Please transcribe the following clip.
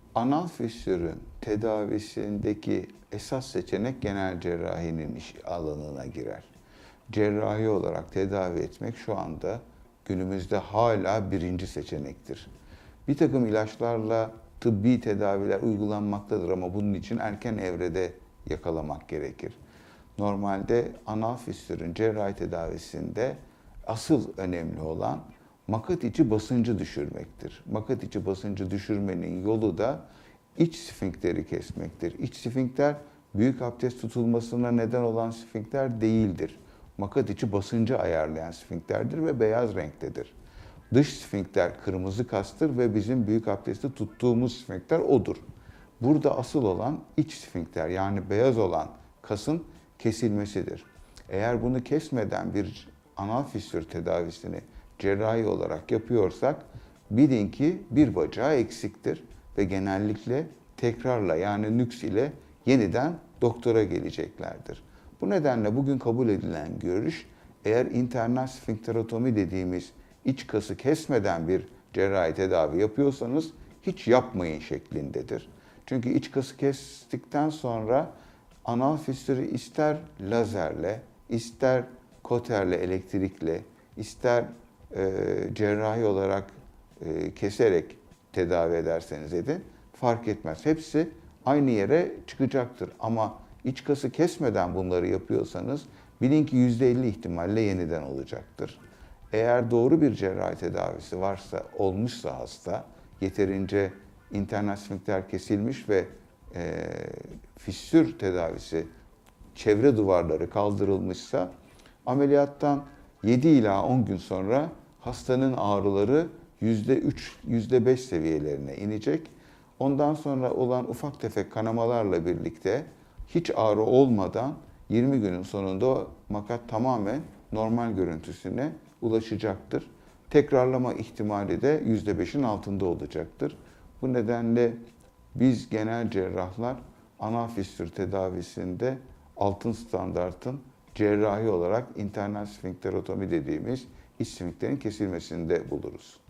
Anal fistülün tedavisindeki esas seçenek genel cerrahinin iş alanına girer. Cerrahi olarak tedavi etmek şu anda günümüzde hala birinci seçenektir. Bir takım ilaçlarla tıbbi tedaviler uygulanmaktadır ama bunun için erken evrede yakalamak gerekir. Normalde anal fistülün cerrahi tedavisinde asıl önemli olan makat içi basıncı düşürmektir. Makat içi basıncı düşürmenin yolu da iç sfinkteri kesmektir. İç sfinkter büyük abdest tutulmasına neden olan sfinkter değildir. Makat içi basıncı ayarlayan sfinkterdir ve beyaz renktedir. Dış sfinkter kırmızı kastır ve bizim büyük abdesti tuttuğumuz sfinkter odur. Burada asıl olan iç sfinkter yani beyaz olan kasın kesilmesidir. Eğer bunu kesmeden bir anal fistül tedavisini cerrahi olarak yapıyorsak bilin ki bir bacağı eksiktir ve genellikle tekrarla yani nüks ile yeniden doktora geleceklerdir. Bu nedenle bugün kabul edilen görüş eğer internal sfinkterotomi dediğimiz iç kası kesmeden bir cerrahi tedavi yapıyorsanız hiç yapmayın şeklindedir. Çünkü iç kası kestikten sonra anal fistülü ister lazerle, ister koterle, elektrikle, ister cerrahi olarak keserek tedavi ederseniz edin fark etmez. Hepsi aynı yere çıkacaktır. Ama iç kası kesmeden bunları yapıyorsanız bilin ki %50 ihtimalle yeniden olacaktır. Eğer doğru bir cerrahi tedavisi varsa, olmuşsa hasta, yeterince internal sfinkter kesilmiş ve fistül tedavisi, çevre duvarları kaldırılmışsa ameliyattan 7 ila 10 gün sonra hastanın ağrıları %3, %5 seviyelerine inecek. Ondan sonra olan ufak tefek kanamalarla birlikte hiç ağrı olmadan 20 günün sonunda makat tamamen normal görüntüsüne ulaşacaktır. Tekrarlama ihtimali de %5'in altında olacaktır. Bu nedenle biz genel cerrahlar anal fistül tedavisinde altın standartın cerrahi olarak internal sfinkterotomi dediğimiz iç sfinkterin kesilmesinde buluruz.